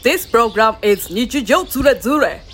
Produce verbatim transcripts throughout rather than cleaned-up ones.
This program is 日常ズレズレ。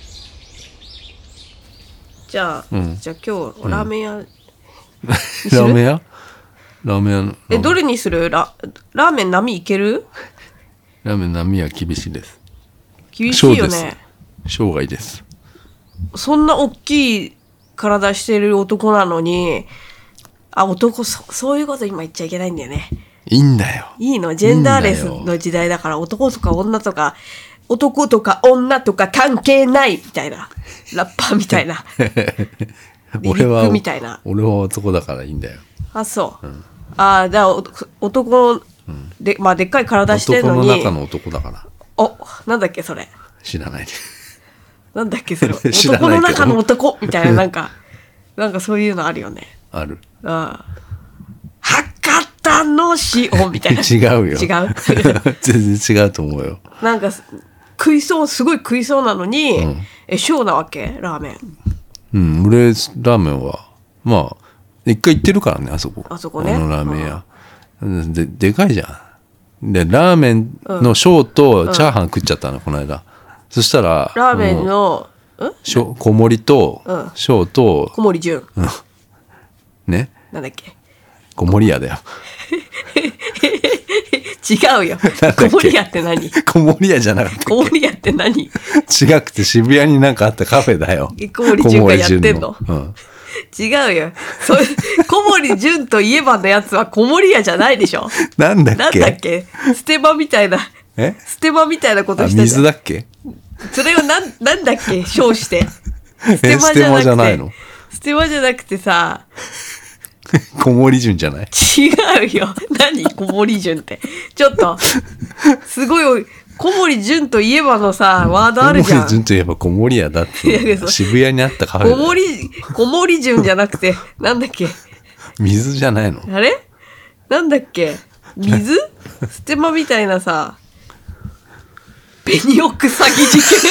じゃあ、うん、じゃあ今日ラーメン屋、うん、ラーメン屋ラーメン屋えどれにする？ララーメン並いける？ ラーメン並は厳しいです。 厳しいよね。 生涯です。 そんな大きい体してる男なのに、あ、男 そ, そういうこと今言っちゃいけないんだよね。 いいんだよ。 いいの？ジェンダーレスの時代だから、男とか女とか男とか女とか関係ないみたいな、ラッパーみたいな俺はみたいな。 俺は男だからいいんだよ。 あ、そう、うん、あ、だから男で、まあでっかい体してるのに、 男の中の男だから。 お、なんだっけそれ。 知らないで。 なんだっけそれ。男の中の男みたいな、なんかなんかそういうのあるよね。 ある。 ああ。博多の塩みたいな。 違うよ。 違う。 全然違うと思うよ。 なんか食いそう、すごい食いそうなのに、うん、え塩なわけラーメン。 うん、俺ラーメンはまあ一回行ってるからね、あそこ。 あそこね。 あのラーメン屋。ででかいじゃん。でラーメンの小とチャーハン食っちゃったの、うん、この間。そしたらラーメンの小盛りと小と小盛純。 ね。 なんだっけ。 小盛屋だよ。 違うよ。小盛屋って何？ 小盛屋じゃなかったっけ。 小盛屋って何？違くて渋谷になんかあったカフェだよ。 小盛純がやってんの？うん、違うよ。そ小盛純といえばのやつは小盛屋じゃないでしょ。 なんだっけ。 なんだっけ。ステマみたいな。 え？ ステマみたいなことしたじゃん。 水だっけ？ それをなんなんだっけ称して。ステマじゃなくて。ステマじゃないの？ステマじゃなくてさ。 小盛純じゃない？ 違うよ。何小盛純ってちょっとすごい。小盛純といえばのさワードあるじゃん。 小盛純といえば小盛屋だって渋谷にあったカフェ。 小盛小盛純じゃなくてなんだっけ。 水じゃないの？ あれなんだっけ。水ステマみたいなさベニオク詐欺事件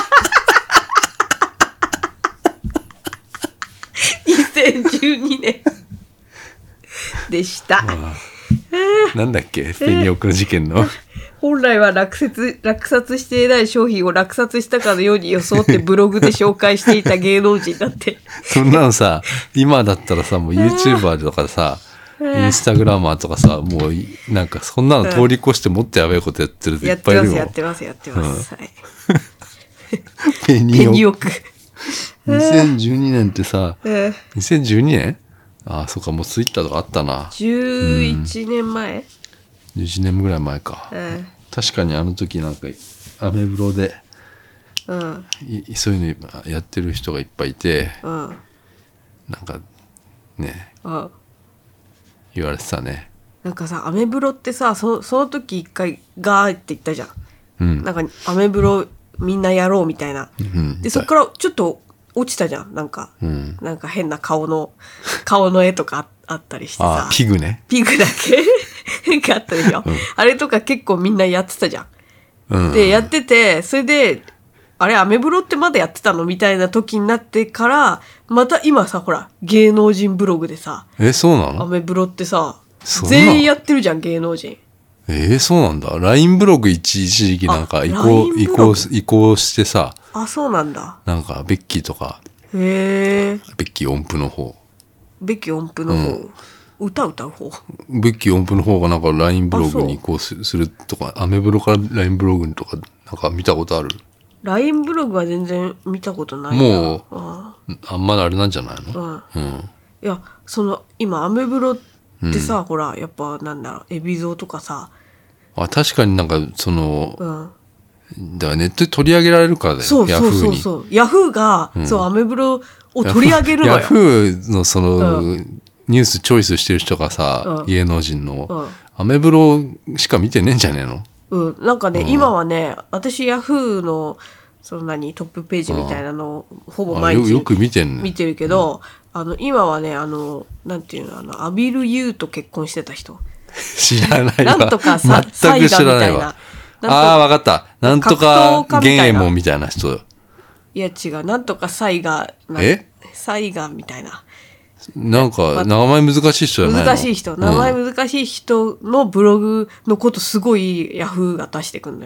にせんじゅうにねんでした。 なんだっけペニオクの事件の。 本来は落札落札していない商品を落札したかのように装ってブログで紹介していた芸能人だって。 そんなのさ今だったらさもう YouTuber とかさインスタグラマーとかさもうなんかそんなの通り越してもっとやべえことやってる人いっぱいいるもん。 やってますやってますやってます、うん、はい。 ペニオクペニオクにせんじゅうにねんってさ、にせんじゅうにねん？ああ、そうか、もうツイッターとかあったな。 じゅういちねんまえ、うん、 じゅういちねんぐらい前か、うん、確かにあの時なんかアメブロで、うん、そういうのやってる人がいっぱいいて、うん、なんかね、うん、言われてたね。 なんかさアメブロってさ そ, その時一回ガーって言ったじゃん、うん、なんかアメブロみんなやろうみたいな、うん、でそっからちょっと落ちたじゃんなんか、うん、なんか変な顔の顔の絵とか あ, あったりしてさ。 あピグね。 ピグだけなんかあったでしょ、うん、あれとか結構みんなやってたじゃん、うん、でやっててそれであれアメブロってまだやってたのみたいな時になってからまた今さほら芸能人ブログでさえそうなのアメブロってさ全員やってるじゃん芸能人。 えー、そうなんだ。 ライン ブログ一時期なんか移行移行移行してさ。 あそうなんだ。 なんかベッキーとかへえベッキー音符の方ベッキー音符の方、うん、歌歌う方ベッキー音符の方がなんか ライン ブログに移行するとかアメブロから ライン ブログとかなんか見たことある？ ライン ブログは全然見たことないな。 もう あ, あんまりあれなんじゃないの、うんうん、 いやその今アメブロってさ、うん、ほらやっぱなんだろう海老蔵とかさあ確かになんかその、うん、だからネットで取り上げられるからだよ。 そうそうそうそうヤフーが、うん、そうアメブロを取り上げるのよ。 ヤフーのその、うん、ニュースチョイスしてる人がさ、うん、芸能人の、うん、アメブロしか見てねえんじゃねえの？うんなんかね、うん、今はね私ヤフーのその何トップページみたいなのをほぼ毎日よ, よく見てんね見てるけど、うん、あの今はねあのなんていうのあのアビルユーと結婚してた人知らないわ。 なんとかさ全く知らないわ。ああ、わかった。なんとかゲームみたいな人。 いや違う。なんとかサイガー。 えサイガーみたいな。 なんか名前難しい人じゃないの？ 難しい人。名前難しい人のブログのことすごいヤフーが出してくんのよ。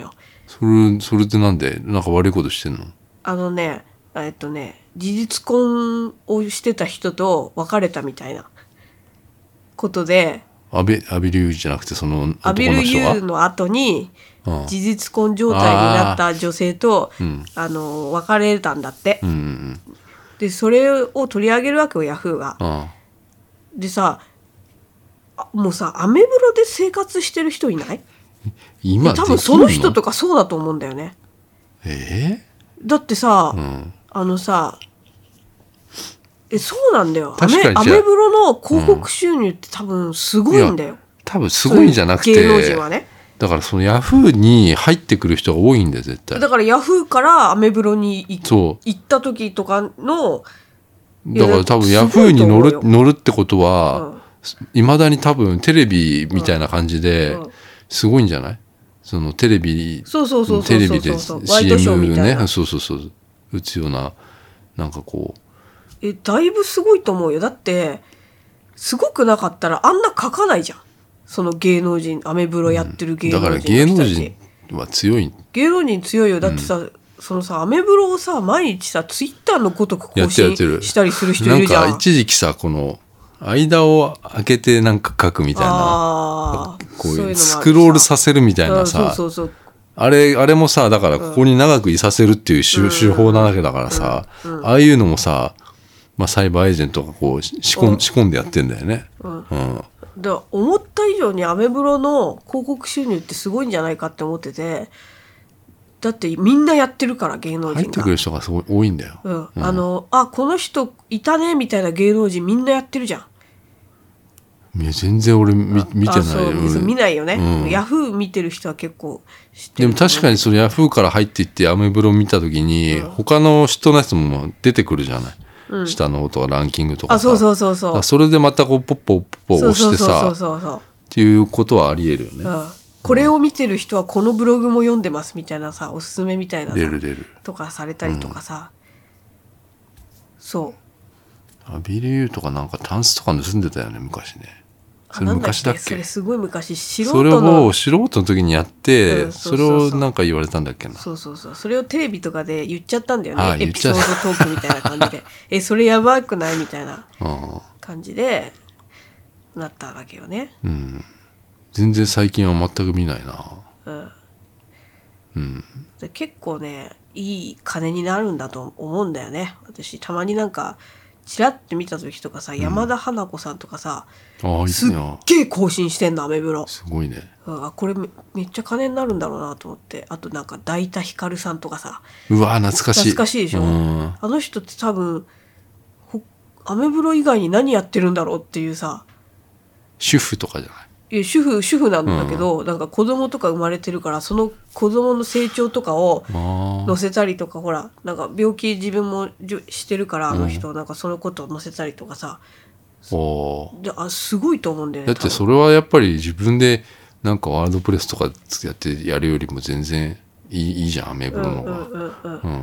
それそれってなんでなんか悪いことしてんの？ あのねえっとね事実婚をしてた人と別れたみたいなことで、 阿部阿部隆じゃなくてそのアビル男の人がユーの後に事実婚状態になった女性と あ,、うん、あの別れたんだって、うんうん、でそれを取り上げるわけよヤフーが。でさもうさアメブロで生活してる人いない？今多分その人とかそうだと思うんだよね。 えー、だってさ、うん、あのさえそうなんだよ。アメ、アメブロの広告収入って多分すごいんだよ。うん、 多分すごいんじゃなくて芸能人はね。 だからそのヤフーに入ってくる人が多いんだよ絶対。 だからヤフーからアメブロに行った時とかのだから多分ヤフーに乗る乗るってことはいま、うん、だに多分テレビみたいな感じですごいんじゃない？そのテレビそうそうそうテレビで シーエム ねそうそうそう打つようななんかこうえだいぶすごいと思うよ。だってすごくなかったらあんな書かないじゃん。その芸能人アメブロやってる芸能人、うん、 だから芸能人は強い芸能人強いよ。だってさ、うん、そのさアメブロをさ毎日さツイッターのごとく更新したりする人いるじゃん。 なんか一時期さこの間を開けてなんか書くみたいなこういうスクロールさせるみたいなさそうそうそうあれあれもさだからここに長くいさせるっていう手、うん、手法なわけだからさ、うんうん、ああいうのもさ、まあ、サイバーエージェントがこう仕込ん、仕込んでやってんだよね。うんうん、 だ思った以上にアメブロの広告収入ってすごいんじゃないかって思っててだってみんなやってるから芸能人が入ってくる人がすごい多いんだよ、 うんうん、あのあこの人いたねみたいな芸能人みんなやってるじゃん。 いや全然俺 見, 見てないそう、うん、見ないよね、うん、ヤフー見てる人は結構知ってる、 ね、でも確かにそのヤフーから入っていってアメブロ見た時に、うん、他の人のやつも出てくるじゃない、うん、下のとかランキングとかさあそうそうそうそうそれでまたこうポッポッポッポ押してさっていうことはありえるよね、うん、 これを見てる人はこのブログも読んでますみたいなさおすすめみたいな出る出るとかされたりとかさ、うん、そうアビリューとかなんかタンスとか盗んでたよね昔ね。それ昔だっけ？ それすごい昔素人それを素人の時にやって、うん、そうそうそうそれをなんか言われたんだっけな。 そうそうそうそれをテレビとかで言っちゃったんだよね。ああエピソードトークみたいな感じでえそれやばくないみたいな感じでなったわけよね。 うん。全然最近は全く見ないな。うん。 うん。で結構ねいい金になるんだと思うんだよね。私たまになんかチラッて見た時とかさ、うん、山田花子さんとかさあすっげえ更新してんのアメブロすごいね、 うん、あこれ め, めっちゃ金になるんだろうなと思って。あとなんか大田ヒカルさんとかさうわ懐かしい懐かしいでしょ、うん、あの人って多分アメブロ以外に何やってるんだろうっていうさ主婦とかじゃないいや主婦主婦なんだけど、うん、なんか子供とか生まれてるからその子供の成長とかを載せたりとかほらなんか病気自分もしてるからあの人、うん、なんかそのことを載せたりとかさおであすごいと思うんだよね。 だってそれはやっぱり自分でなんかワードプレスとかやってやるよりも全然いい、いいじゃんアメブロの方が、うんうんうんうん、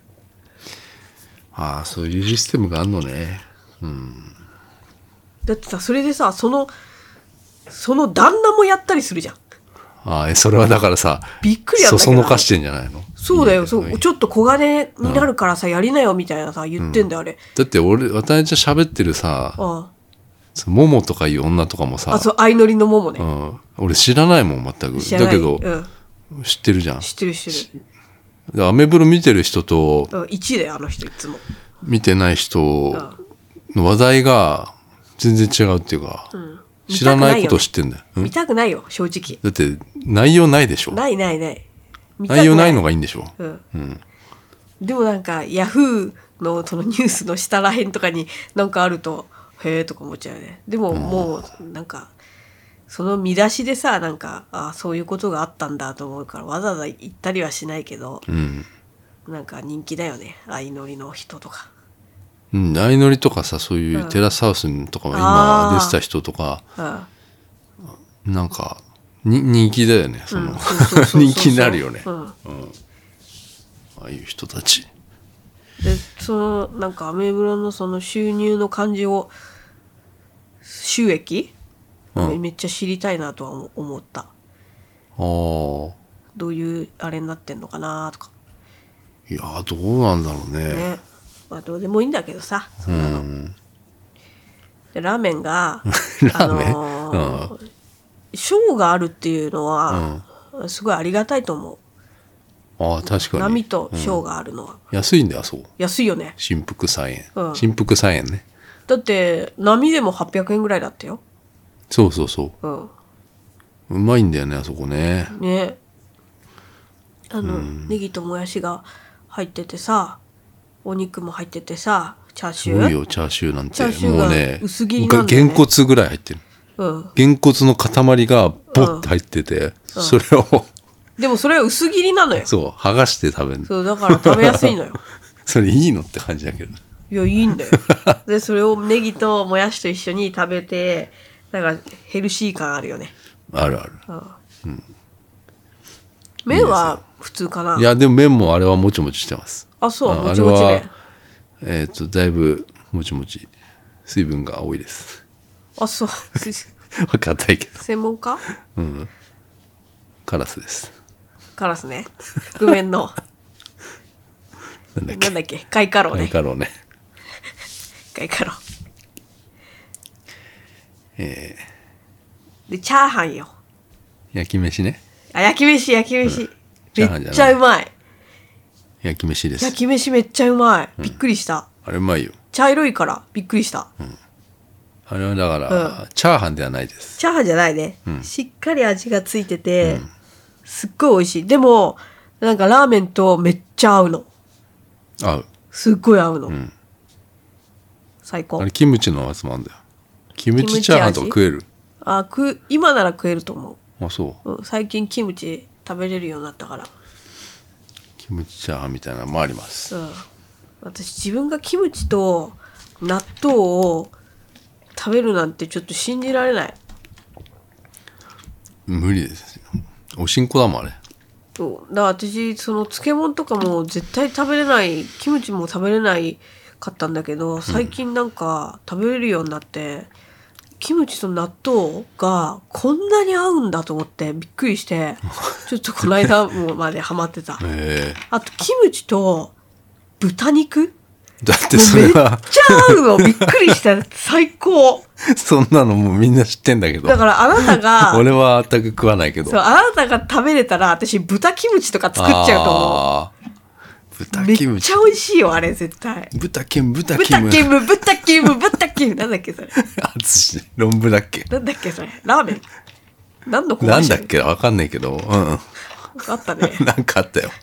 ああそういうシステムがあるのね、うん、 だってさそれでさそのその旦那もやったりするじゃん。 ああそれはだからさびっくりやんだけどそそのかしてんじゃないの。 そうだよそうちょっと小金になるからさ、うん、やりなよみたいなさ言ってんだよあれ、うん、 だって俺私ちゃん喋ってるさああモモとかいう女とかもさあそう相乗りのモモね、 うん、俺知らないもん全く知らないだけど、うん、知ってるじゃん知ってる知ってるアメブロ見てる人といちいだよあの人いつも見てない人の話題が全然違うっていうか、うん知らないこと知ってんだよ。 見たくないよ正直。 だって内容ないでしょ。 ないないない。 内容ないのがいいんでしょ。うんうん、でもなんかヤフーのそのニュースの下らへんとかになんかあるとへえとか思っちゃうよね。でももうなんかその見出しでさなんかあそういうことがあったんだと思うからわざわざ言ったりはしないけど、うん、なんか人気だよね相乗りの人とか。 うん、相乗りとかさそういうテラスハウスとかも今出てた人とか、うん、なんかに人気だよねその、うん、人気になるよね、うんうん、ああいう人たちでそのなんかアメブロのその収入の感じを収益、うん、めっちゃ知りたいなとは思った。あどういうあれになってんのかなとか。 いやーどうなんだろうね。 ね、まあどうでもいいんだけどさ、そんなの。うん、でラーメンがラーメン、あのー、ショーがあるっていうのは、うん、すごいありがたいと思う。 ああ確かに。 波とショーがあるのは、 うん、安いんだよ。そう。 安いよね。 新福さんえん、 うん、 新福さんえんね。 だって波でもはっぴゃくえんぐらいだったよ。 そうそうそう、うん、うまいんだよねあそこね。 ね、あの、うん、ネギともやしが入っててさ、お肉も入っててさ、チャーシュー。 すごいよチャーシューなんて。 もうね薄切りなんだよね。 げんこつぐらい入ってる。うん、げんこつの塊がボッて入ってて、うん、それをでもそれは薄切りなのよ。 そう剥がして食べる。 そうだから食べやすいのよ。 それいいのって感じだけど。 いやいいんだよ。でそれをネギともやしと一緒に食べて、だからヘルシー感あるよね。 あるある。うん、 麺は普通かな。 いやでも麺もあれはもちもちしてます。 あそう、もちもち麺。 えっとだいぶもちもち、水分が多いです。 あそう分かんないけど。 専門家？ うん。カラスです。 カラスね。覆面のなんだっけ、 なんだっけ、カイカロウね。 カイカロウね。 カイカロウ。 えー、でチャーハンよ。 焼き飯ね。 あ焼き飯焼き飯、うん、めっちゃうまい。 焼き飯です。 焼き飯めっちゃうまい。びっくりした。 うん、あれうまいよ。 茶色いからびっくりした。 うん、あれはだから、うん、チャーハンではないです。 チャーハンじゃないね。うん、しっかり味がついてて、うん、すっごい美味しい。でもなんかラーメンとめっちゃ合うの。 合う。 すっごい合うの。うん、最高。 あれキムチのやつもあるんだよ。キムチチャーハンとか食える？ あく今なら食えると思う。あそう、 うん。最近キムチ食べれるようになったから。 キムチチャーハンみたいなのもあります。 うん、私自分がキムチと納豆を食べるなんてちょっと信じられない。 無理ですよ。おしんこだもんあれ。 そうだから私その漬物とかも絶対食べれない、キムチも食べれないかったんだけど、最近なんか食べれるようになって、うん、キムチと納豆がこんなに合うんだと思ってびっくりしてちょっとこの間もまでハマってた。あとキムチと豚肉だってそれはめっちゃ合うのびっくりした。最高。 そんなのもうみんな知ってんだけど。 だからあなたが俺は全く食わないけど、 そうあなたが食べれたら私豚キムチとか作っちゃうと思う。豚キムチめっちゃ美味しいよあれ絶対。 豚キム豚キム豚キム豚キム豚キムなんだっけそれ。 あつし論文だっけ。 なんだっけそれ。ラーメン。何のコマなーシャル。 んだっけわかんないけど、うん。あったね。 なんかあったよ。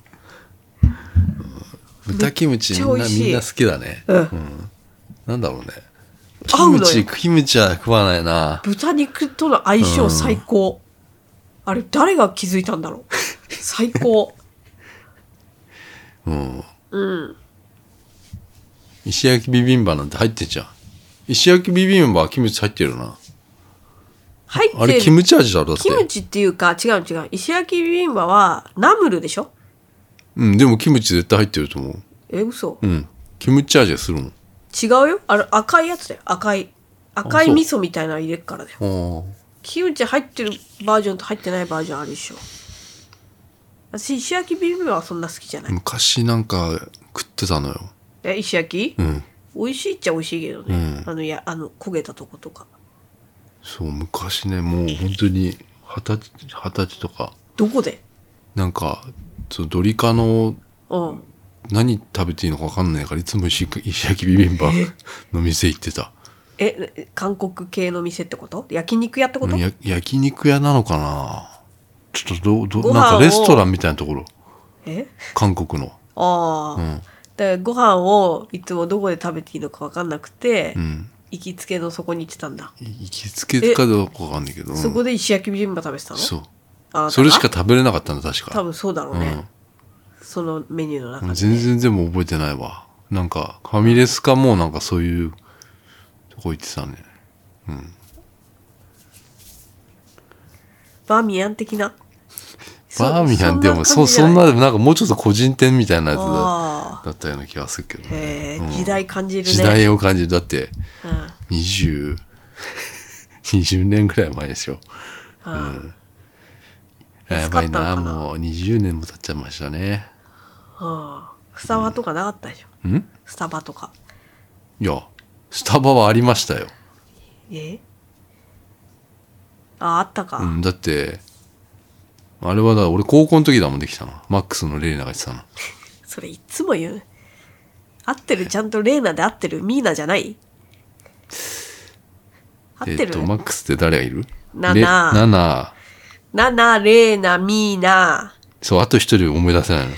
豚キムチみんなみんな好きだね。うん。うん、なんだろうね。キムチキムチは食わないな。 豚肉との相性最高。うん、あれ誰が気づいたんだろう。最高。 うん。 うん。 石焼きビビンバなんて入ってんじゃん。石焼きビビンバはキムチ入ってるな。 入ってる。 あれキムチ味だろだって。 キムチっていうか違う違う。石焼きビビンバはナムルでしょ。 うん、でもキムチ絶対入ってると思う。 え、嘘。 うん。キムチ味がするもん。 違うよ。あれ赤いやつだよ。赤い赤い味噌みたいなの入れるからだよ。キムチ入ってるバージョンと入ってないバージョンあるでしょ。私石焼きビビンバはそんな好きじゃない。 昔なんか食ってたのよ。 え、石焼き？ うん。 美味しいっちゃ美味しいけどね。うん、あのやあの焦げたとことか。 そう昔ね、もう本当に二十歳二十歳とか。 どこで？ なんかそうドリカの。 うん。 何食べていいのか分かんないからいつも石焼きビビンバの店行ってた。 え、韓国系の店ってこと？焼肉屋ってこと？ や焼肉屋なのかな。ちょっとどどなんかレストランみたいなところ。 え？ 韓国の。 ああ。うん、だからご飯をいつもどこで食べていいのか分かんなくて、うん、行きつけのそこに行ってたんだ。 行きつけかどうか分かんないけど。 そこで石焼きビビンバ食べてたの？ そう。あそれしか食べれなかったんだ確か。 多分そうだろうね。うん、そのメニューの中で、ね、 全然全部覚えてないわ。なんかファミレスかもなんかそういうとこ行ってたね。うん。 バーミヤン的な。 バーミヤンでもそそんななんかもうちょっと個人店みたいなやつだ、だったような気がするけど、ね。 へえ、うん、時代感じるね。 時代を感じる。だってにじゅう、にじゅうねんぐらい前でしょ。うん。 やばいな、もうにじゅうねんも経っちゃいましたね。 はあ、スタバとかなかったでしょ、 うん、 スタバとか。 いやスタバはありましたよ。 えああったか、 うん、だってあれはだ俺高校の時だもんできたの。マックスのレイナが言ってたの。 それいつも言う。合ってる、ちゃんとレーナで合ってる。ミーナじゃない？合ってる？ えっとマックスって誰がいる？ ナナナナナナ、レーナ、ミーナ。 そう、あと一人思い出せないの。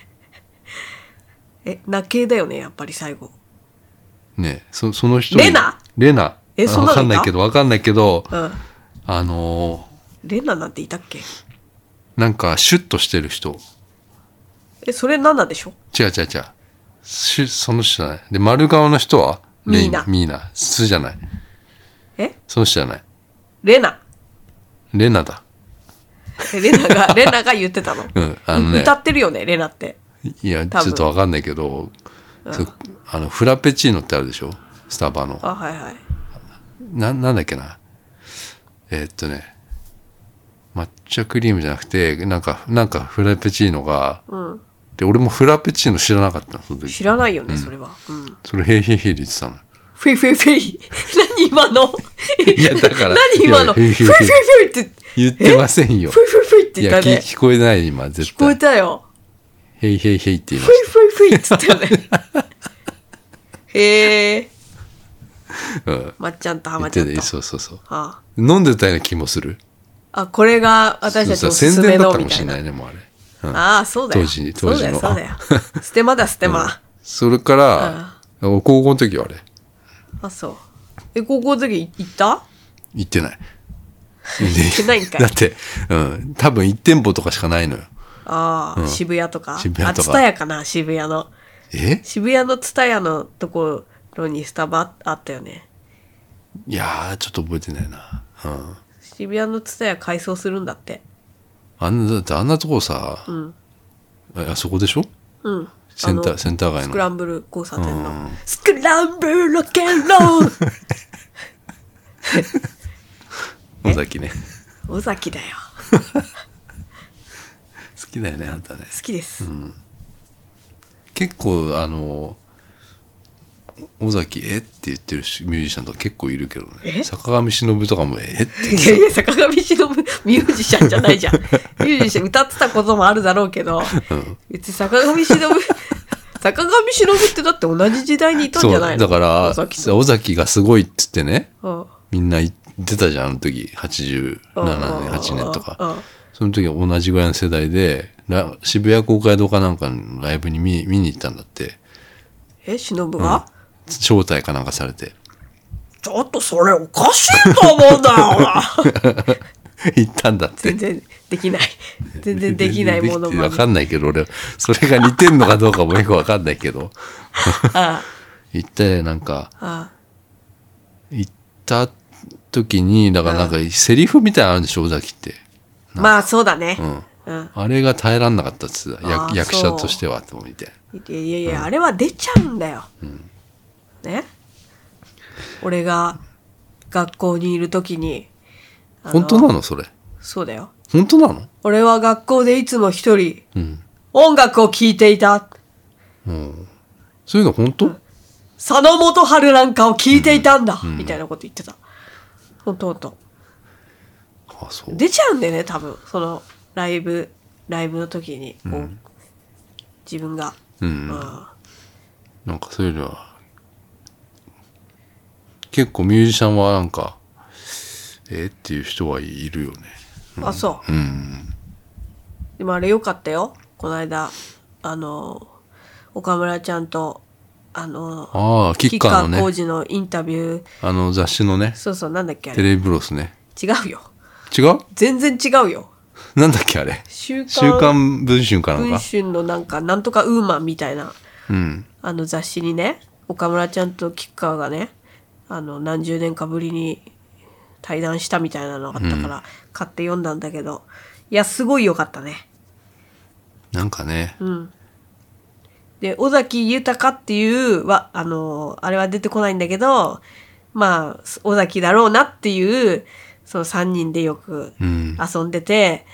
え、ナ系だよね、やっぱり最後。 ねえ、そその人。 レナ？ レナ。 え、そんなのいた？ わかんないけど、わかんないけど、 うん、 あのー、レナなんていたっけ？ なんか、シュッとしてる人。 え、それナナでしょ？ 違う違う違う。シュその人じゃない。で、丸顔の人はミーナ。 ミーナ。スじゃない。 え？ その人じゃない。 レナ。 レナだ。 レナが、レナが言ってたの。 うん、あのね。 歌ってるよね、レナって。 いや、ちょっとわかんないけど、うん、あの、フラペチーノってあるでしょ？スタバの。 あ、はいはい。 な、なんだっけな。えー、っとね、抹茶クリームじゃなくて、なんか、なんかフラペチーノが、うん、で、俺もフラペチーノ知らなかったの、その時。 知らないよね、うん、それは。うん。 それ、ヘイヘイヘイで言ってたの。 フェイフェイフェイ。何今の？ いや、だから。 何今の？フェイフェイフェイって。 言ってませんよ。 フェイフェイフェイって言ったね。 いや、聞こえない、今、絶対。 聞こえたよ。 ヘイヘイヘイって言いました。 フェイフェイフェイって言ったよね。へえ。うん。まっちゃんとハマちゃんと。 そうそうそう。 はあ、 飲んでたような気もする。 あ、これが私たちのおすすめのみたいな。宣伝だったかもしれないね、もうあれ。 うん、ああ、そうだよ。 当時、当時の。 そうだよ、そうだよ。ステマだ、ステマ。うん、 それから、うん、高校の時はあれ。 あ、そう。え、高校の時行った？ 行ってない。 行ってないんかい。 だって、うん、多分いち店舗とかしかないのよ。 ああ、うん、渋谷とか。 渋谷とか。 あ、ツタヤかな、渋谷の。 え？ 渋谷のツタヤのところにスタバあったよね。 いやー、ちょっと覚えてないな。うん。 渋谷のツタヤ改装するんだって。 あんな、だってあんなとこさ、うん、あそこでしょ？ うん。 センター、センター街の。 スクランブル交差点の。うん、スクランブルロケンロー尾崎ね。 尾崎だよ。 好きだよね、あんたね。 好きです。うん、 結構、あの、尾崎えって言ってるミュージシャンとか結構いるけどね。坂上忍とかもえって言って。 いやいや、坂上忍ミュージシャンじゃないじゃん。ミュージシャン歌ってたこともあるだろうけど、うん、別に坂上忍坂上忍ってだって同じ時代にいたんじゃないの？ そうだから尾崎、尾崎がすごいっつってね、うん、みんな言ってたじゃん、あの時はちじゅうななねんはちねんとか、うん、その時は同じぐらいの世代で渋谷公会堂かなんかのライブに 見, 見に行ったんだって。 え、忍が、うん、 招待かなんかされて。 ちょっとそれおかしいと思うんだよ。 行ったんだって。 全然できない。全然できないものも。 わかんないけど、俺、それが似てんのかどうかもよくわかんないけど。ああ行って、なんか、ああ行った時に、だからなんか、セリフみたいなのあるんでしょ、尾崎って。 まあ、そうだね。 うんうん、あれが耐えらんなかったっつってた。役, 役者としてはって思って。 いやいやいや、うん、あれは出ちゃうんだよ。うん、ね。俺が学校にいる時に。 本当なのそれ？ そうだよ。 本当なの？ 俺は学校でいつも一人、うん、音楽を聴いていた。 うん、そういうの本当？うん、 佐野元春なんかを聴いていたんだ、うん、みたいなこと言ってた。本当本当。 あ、そう。 出ちゃうんだよね、多分。そのライブライブの時にこう、うん、自分が、 うんうん、なんかそういうのは結構ミュージシャンはなんかえー、っていう人はいるよね。 うん、あ、そう。うん。でもあれ良かったよ。この間あの岡村ちゃんとあのああ吉川のね吉川晃司のインタビューあの雑誌のね。 そうそうなんだっけあれ。 テレビブロスね。 違うよ。 違う？ 全然違うよ。 なんだっけあれ。 週刊週刊文春かなんか。 文春のなんかなんとかウーマンみたいな、うん、あの雑誌にね岡村ちゃんと吉川がねあの何十年かぶりに対談したみたいなのがあったから、うん、買って読んだんだけどいやすごい良かったね。 なんかね。 うん。で尾崎豊っていうはあのあれは出てこないんだけどまあ尾崎だろうなっていうそのさんにんでよく遊んでて、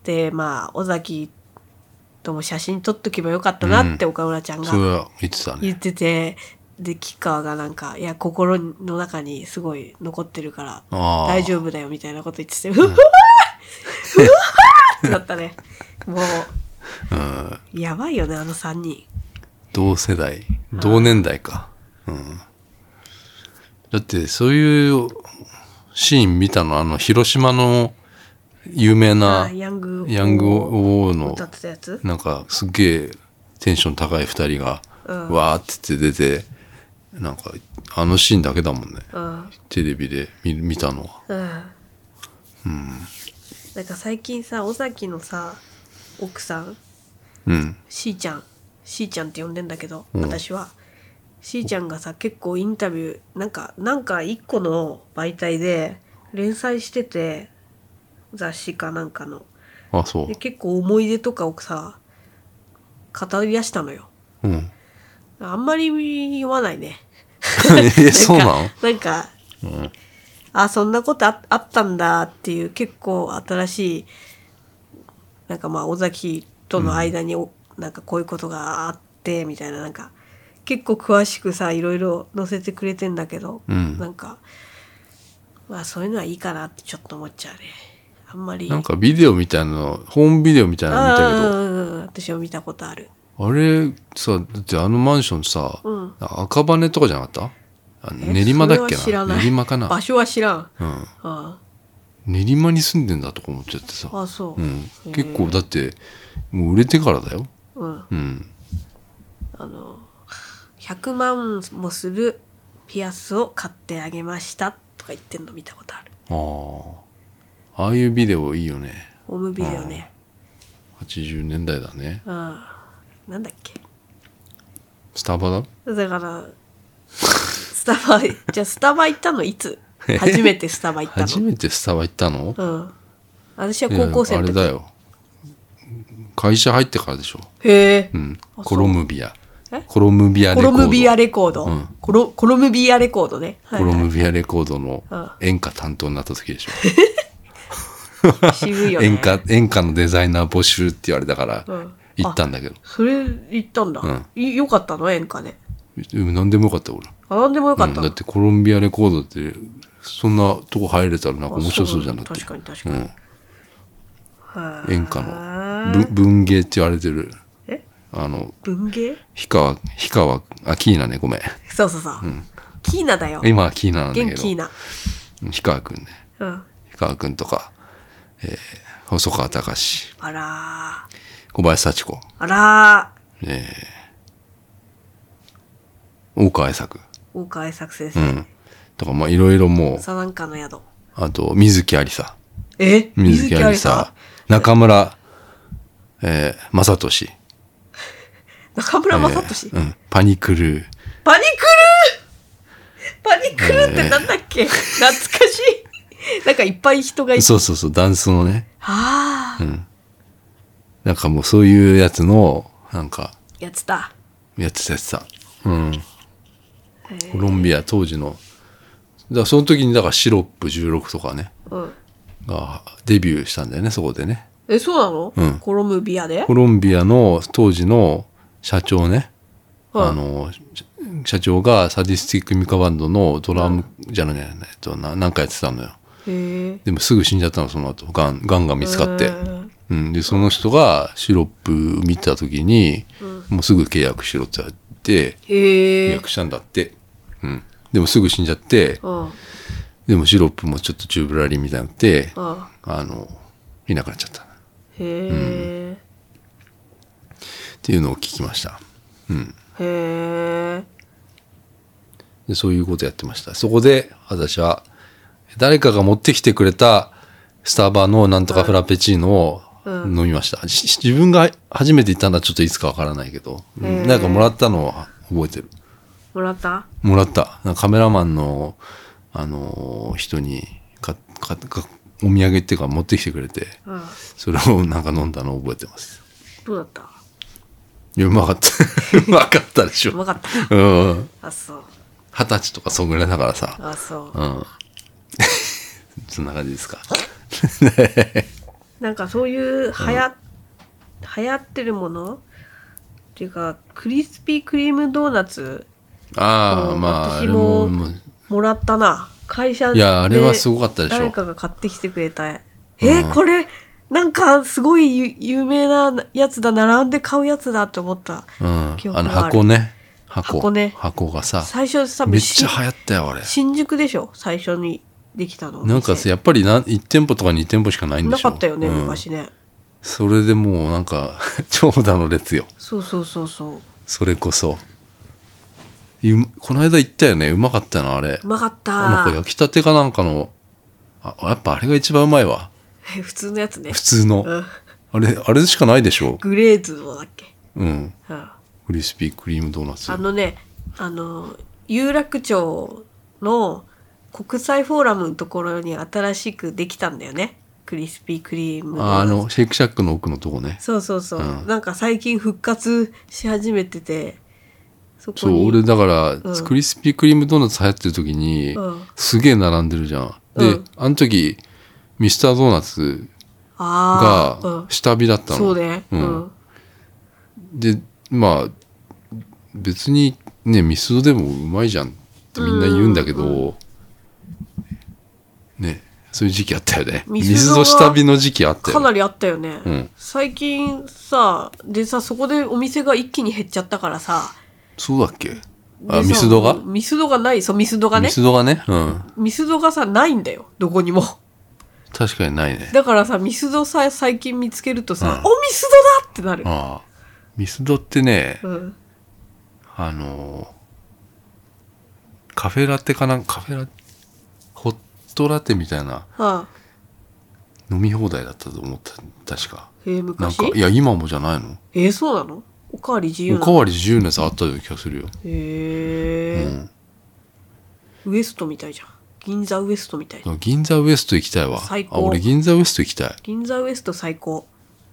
でまあ尾崎とも写真撮っとけばよかったなって岡村ちゃんがそれは言ってたね。 言ってて、で吉川がなんかいや心の中にすごい残ってるからあー大丈夫だよみたいなこと言ってて、うわーうわーってなったね。もうん。 うやばいよねあのさんにん。 同世代、同年代か。うん。だってそういうシーン見たの、あの広島の有名あなヤングヤングオーの歌ってたやつ。 なんかすっげえテンション高い二人がうんわーって言って出て、なんかあのシーンだけだもんね。 うんテレビで見見たのは。 うんなんか最近さ尾崎のさ奥さんうん。 しーちゃんしーちゃんって呼んでんだけど、 うん私はしーちゃんがさ結構インタビューなんかなんか一個の媒体で連載してて雑誌かなんかのあ、そうで。結構思い出とかをさ語り出したのよ。 うん。 あんまり言わないね。 え、そうなの？ なんか、 うん。 あそんなこと あ, あったんだっていう結構新しいなんかまあ尾崎との間にお、なんかこういうことがあってみたいななんか結構詳しくさいろいろ載せてくれてんだけど、 うんなんかまあそういうのはいいかなってちょっと思っちゃうね。あんまりなんかビデオみたいなの、ホームビデオみたいなの見たけど、 あー私は見たことある。 あれさ、だってあのマンションさ、 うん赤羽とかじゃなかった？あえ練馬だっけな？ それは知らない練馬かな？ 場所は知らん。 うん。 あ練馬に住んでんだとか思っちゃってさ。 あそう、 うん。 へー結構だってもう売れてからだよ。 うんうん。 あのひゃくまんもするピアスを買ってあげましたとか言ってんの見たことある。 ああ。ああいうビデオいいよね。 ホームビデオね。 はちじゅうねんだいだね。 うんなんだっけスタバだ？ だからスタバじゃあスタバ行ったのいつ初めてスタバ行ったの？ 初めてスタバ行ったの？ うん私は高校生いやの時。 あれだよ。会社入ってからでしょ。 へえ、 うん。 あそうコロムビアえ。 コロムビアレココード。 ロムビアレコード、 うんコロコロムビアレコードね、はいコはいロムビアレコードのうん演歌担当になった時でしょ。 渋いよね。 演歌、演歌のデザイナー募集って言われたからうん行ったんだけど。 それ行ったんだ、 うんいよかったの演歌で。 うん何でもよかった俺。 あなんでもよかったの、 うんだってコロンビアレコードってそんなとこ入れたらなんか面白そうじゃなくて。 確かに確かに、 うん。 はあ演歌のぶ文芸って言われてるえあの文芸氷川氷川あキーナねごめん。 そうそうそう、キーナだよ。 今はキーナなんだけど。 元気な。 氷川くんね。 うん。 氷川くんとか、えー細川たかし、 あら小林幸子、 ー。あらえー、大川栄作、 ー。大川栄作先生。 うん。とかまあいろいろもう、 サザンカの宿。 あと水木有沙、 え水木有沙、中村、えー、正俊、 中村雅俊、 うん、パニクルー、 パニクルーパニクルーってなんだっけ、懐かしい。なんかいっぱい人がいて。 そうそうそう、ダンスのね、 ああ、 なんかもうそういうやつの、なんか、 やつだ。 やってたやつさ。うん。コロンビア当時の、だからその時にだからシロップじゅうろくとかね、 うん。 がデビューしたんだよね、そこでね。 え、そうなの、 うんコロムビアでコロンビアの当時の社長ね、 うんあの、社長がサディスティックミカバンドのドラム、じゃないね、えっと、ななんかやってたのよ。 へえ。 でもすぐ死んじゃったの、その後。ガン、ガンが見つかって。 うんうん。で、その人がシロップ見た時に、もうすぐ契約しろって言われて、 へえ。 契約したんだって。うん。でもすぐ死んじゃって、 うん。うん。 でもシロップもちょっとチューブラリーみたいになって、 ああの、いなくなっちゃった。っへえ。 ていうのを聞きました。うん。 へえ。 でそういうことやってました。そこで私は誰かが持ってきてくれたスタバのなんとかフラペチーノを飲みました。じ自分が初めて行ったのはちょっといつかわからないけど、うんへーなんかもらったのは覚えてる。 もらったもらった。なんかカメラマンの、あのー人にかかかお土産っていうか持ってきてくれて、 うん。 それをなんか飲んだのを覚えてます。 どうだったいやうまかった。うまかったでしょ。 うまかった。 うん。 あ、そう。 二十歳とかそんぐらいだからさ。 あ、そう。 うん。そんな感じですか。 なんかそういうはや、うん、流行ってるものっていうかクリスピークリームドーナツああまあ私ももらったな。会社でいやあれはすごかったでしょ。 誰かが買ってきてくれた。えー、これなんかすごい有名なやつだ、並んで買うやつだと思った、 うん、あの箱ね箱箱ね箱がさ最初多分めっちゃ流行ったよあれ。 新宿でしょ最初にできたの。 なんかやっぱりないち店舗とかに店舗しかないんでしょ。 なかったよね、うん、昔ね。 それでもうなんか長蛇の列よ。 そうそうそうそう。 それこそこの間行ったよね。うまかったなあれ。 うまかった。 なんか焼きたてかなんかのあやっぱあれが一番うまいわ。 普通のやつね。 普通の、うん、あれあれしかないでしょ。 グレーズドだっけ。 うん、うん、クリスピークリームドーナツ。 あのねあの有楽町の国際フォーラムのところに新しくできたんだよね、クリスピークリームドーナツ。 あのシェイクシャックの奥のとこね。 そうそうそう、うん、なんか最近復活し始めてて、そこにそう俺だから、うん、クリスピークリームドーナツ流行ってる時に、うん、すげえ並んでるじゃん。で、うん、あの時ミスタードーナツが下火だったの。 そうね、 うん、でまあ別にねミスドでもうまいじゃんってみんな言うんだけど、うんうんうん、ねそういう時期あったよね。ミスド下火の時期あったよ。 かなりあったよね、うん、最近さでさそこでお店が一気に減っちゃったからさ。 そうだっけ。あミスドがミスドがない。そうミスドがねミスドがね、うん、 ミスドがさないんだよどこにも。 確かにないね。 だからさミスドさ最近見つけるとさ、うん、おミスドだってなる。 ああミスドってね、 うん、 あのカフェラテかなカフェラテホットラテみたいな、はあ、飲み放題だったと思った確か。 へえ昔なんかいや今もじゃないの。 えー、そうなの。おかわり自由なの。 おかわり自由なやつあったような気がするよ。 へえ、うん、ウエストみたいじゃん。銀座ウエストみたいな。 銀座ウエスト行きたいわ。 最高。 あ俺銀座ウエスト行きたい。 銀座ウエスト最高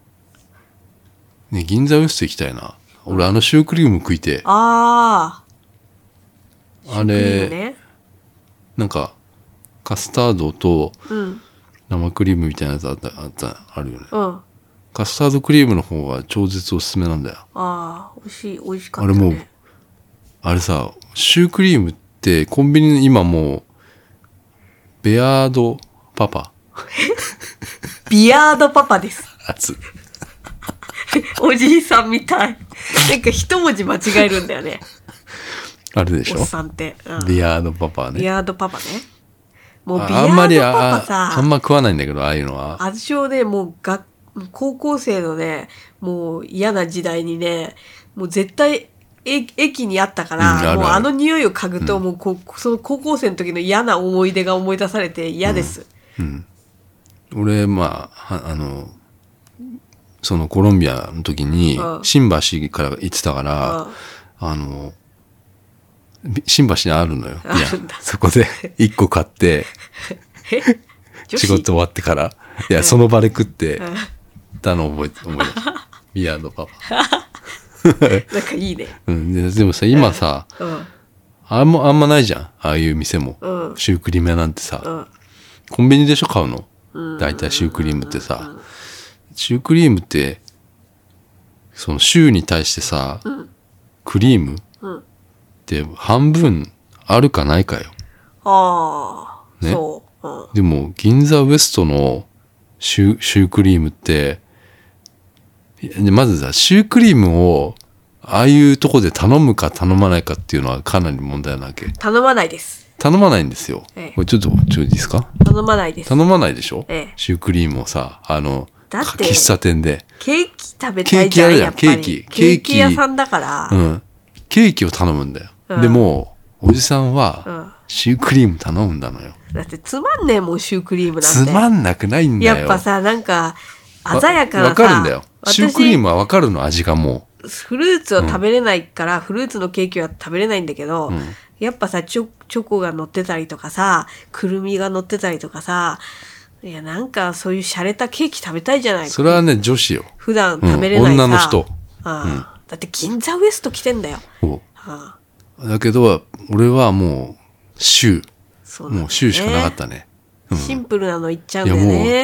ね。銀座ウエスト行きたいな。俺あのシュークリーム食いて。 あああれ、ね、なんかカスタードと生クリームみたいなやつあった、あったあるよね、うん、カスタードクリームの方が超絶おすすめなんだよ。 ああ美味しい美味しかったね。 あれもうあれさシュークリームってコンビニ今もうベアードパパビアードパパですあつおじいさんみたい。なんか一文字間違えるんだよねあるでしょおっさんって、 うん、ビアードパパね。 ビアードパパね。もうビアードパパさ あ, あんまり あ, あんま食わないんだけどああいうのは。 私をねもうが高校生のねもう嫌な時代にねもう絶対駅にあったから、うん、あるあるもうあの匂いを嗅ぐと、うん、もうこその高校生の時の嫌な思い出が思い出されて嫌です、 うんうん、俺まああのそのコロンビアの時に新橋から行ってたから、うん、あの新橋にあるのよ。いやそこで一個買って仕事終わってからいやその場で食ってたのを覚えて思い出したビアードパパなんかいいね、 うん、で, でもさ今さ、うん、あんまあんまないじゃんああいう店も、うん、シュークリーム屋なんてさ、うん、コンビニでしょ買うの、うん、だいたいシュークリームってさ、うん、シュークリームってそのシューに対してさ、うん、クリーム、うん、って半分あるかないかよ。 ああ、ね、そう、 うん、でも銀座ウエストのシュー、シュークリームってまずさシュークリームをああいうとこで頼むか頼まないかっていうのはかなり問題なわけ。 頼まないです。 頼まないんですよ、ええ、これちょっとちょっといいですか。 頼まないです。 頼まないでしょ、 ええ、 シュークリームをさあのだって喫茶店でケーキ食べたいじゃん。やっぱりケーキケーキ屋さんだから、 うん、ケーキを頼むんだよ、うん、でもおじさんはシュークリーム頼むんだのよ。 だってつまんねえもんシュークリームなんて。 つまんなくないんだよ。 やっぱさなんか鮮やかなさわかるんだよ。シュークリームはわかるの味がもう。フルーツを食べれないから、うん、フルーツのケーキは食べれないんだけど、うん、やっぱさチョ、チョコが乗ってたりとかさくるみが乗ってたりとかさいやなんかそういう洒落たケーキ食べたいじゃない。 それはね女子よ。 普段食べれないさ、 うん、女の人、 ああ、うん、だって銀座ウエスト来てんだよ。 ああだけど俺はもうシュー、ね、もうシューしかなかったね、 うん、シンプルなのいっちゃうんだよね。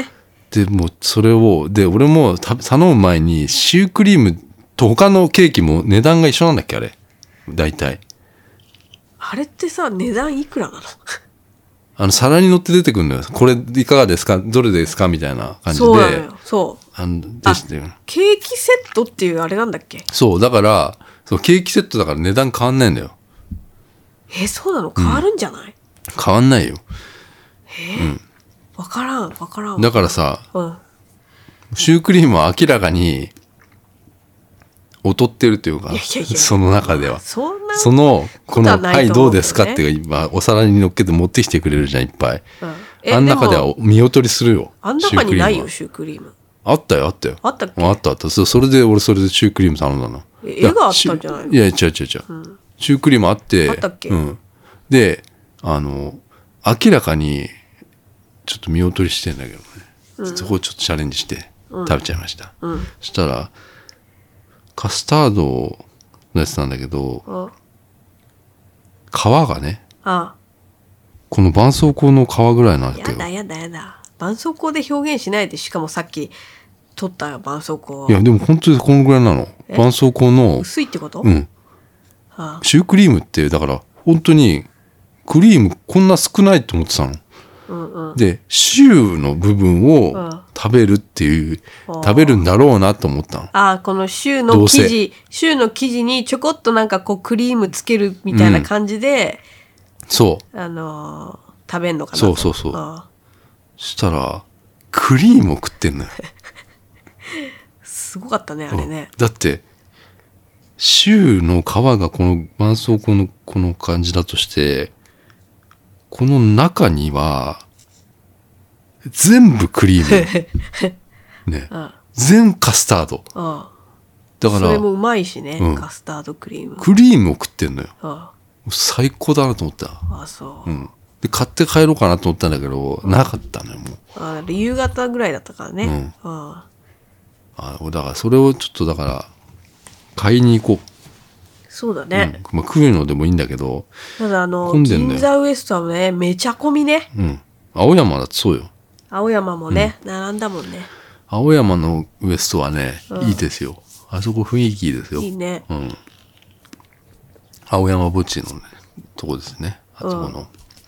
でもうそれをで俺も頼む前にシュークリームと他のケーキも値段が一緒なんだっけあれ大体あれってさ値段いくらなのあの皿に乗って出てくるんだよこれいかがですかどれですかみたいな感じでそうなのよそうあのでしてケーキセットっていうあれなんだっけそうだからそうケーキセットだから値段変わんないんだよえそうなの変わるんじゃない、うん、 変わんないよえー、うん、分からん分からんだからさ、 うん、 シュークリームは明らかに劣ってるというかいやいやいやその中ではそんなそのこの「はいどうですか?」っね、 て今お皿に乗っけて持ってきてくれるじゃんいっぱい、 うん、 あん中では見劣りするよあん中にないよシュークリームあったよあったよあったっけあったあったそれで俺それでシュークリーム頼んだの絵があったんじゃないのいや違う違う違う、うん、シュークリームあってあったっけ、 うん、であの明らかにちょっと見劣りしてんだけどね、うん、そこをちょっとチャレンジして食べちゃいました、うん、そしたらカスタードのやつなんだけど皮がねああこの絆創膏の皮ぐらいなんだけどやだやだやだ絆創膏で表現しないでしかもさっき取った絆創膏いやでも本当にこのぐらいなの絆創膏の薄いってことうん、はあ、シュークリームってだから本当にクリームこんな少ないと思ってたの、うんうん、でシューの部分を食べるっていう、うん、食べるんだろうなと思ったのああこのシューの生地シューの生地にちょこっとなんかこうクリームつけるみたいな感じで、 うん、そうあのー、食べんのかなとそうそうそうああそしたらクリームを食ってんのよすごかったねあれね、 うん、だってシューの皮がこの絆創膏のこの感じだとしてこの中には全部クリームねああ全カスタードああだからそれもうまいしね、うん、カスタードクリームクリームを食ってんのよああ最高だなと思ったああそう、 うん、で買って帰ろうかなと思ったんだけど、うん、なかったのよもうああ夕方ぐらいだったからね、うん、 ああだからそれをちょっとだから買いに行こうそうだね、 うんまあ、食うのでもいいんだけどただあの銀座ウエストはねめちゃ混みね、 うん、青山だってそうよ青山もね、うん、並んだもんね青山のウエストはね、うん、いいですよあそこ雰囲気いいですよいいね、うん、 青山墓地の、ね、とこですねあそこの、うん、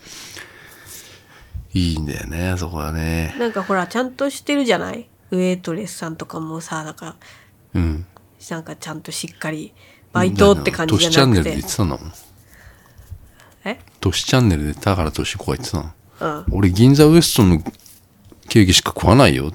いいんだよねあそこはねなんかほらちゃんとしてるじゃないウェイトレスさんとかもさなんか、うん、なんかちゃんとしっかりバイトって感じじゃなくて。都市チャンネルで言ってたんだもん。 え？ 都市チャンネルでだから都市子が言ってたの。うん。俺銀座ウエストのケーキしか食わないよって。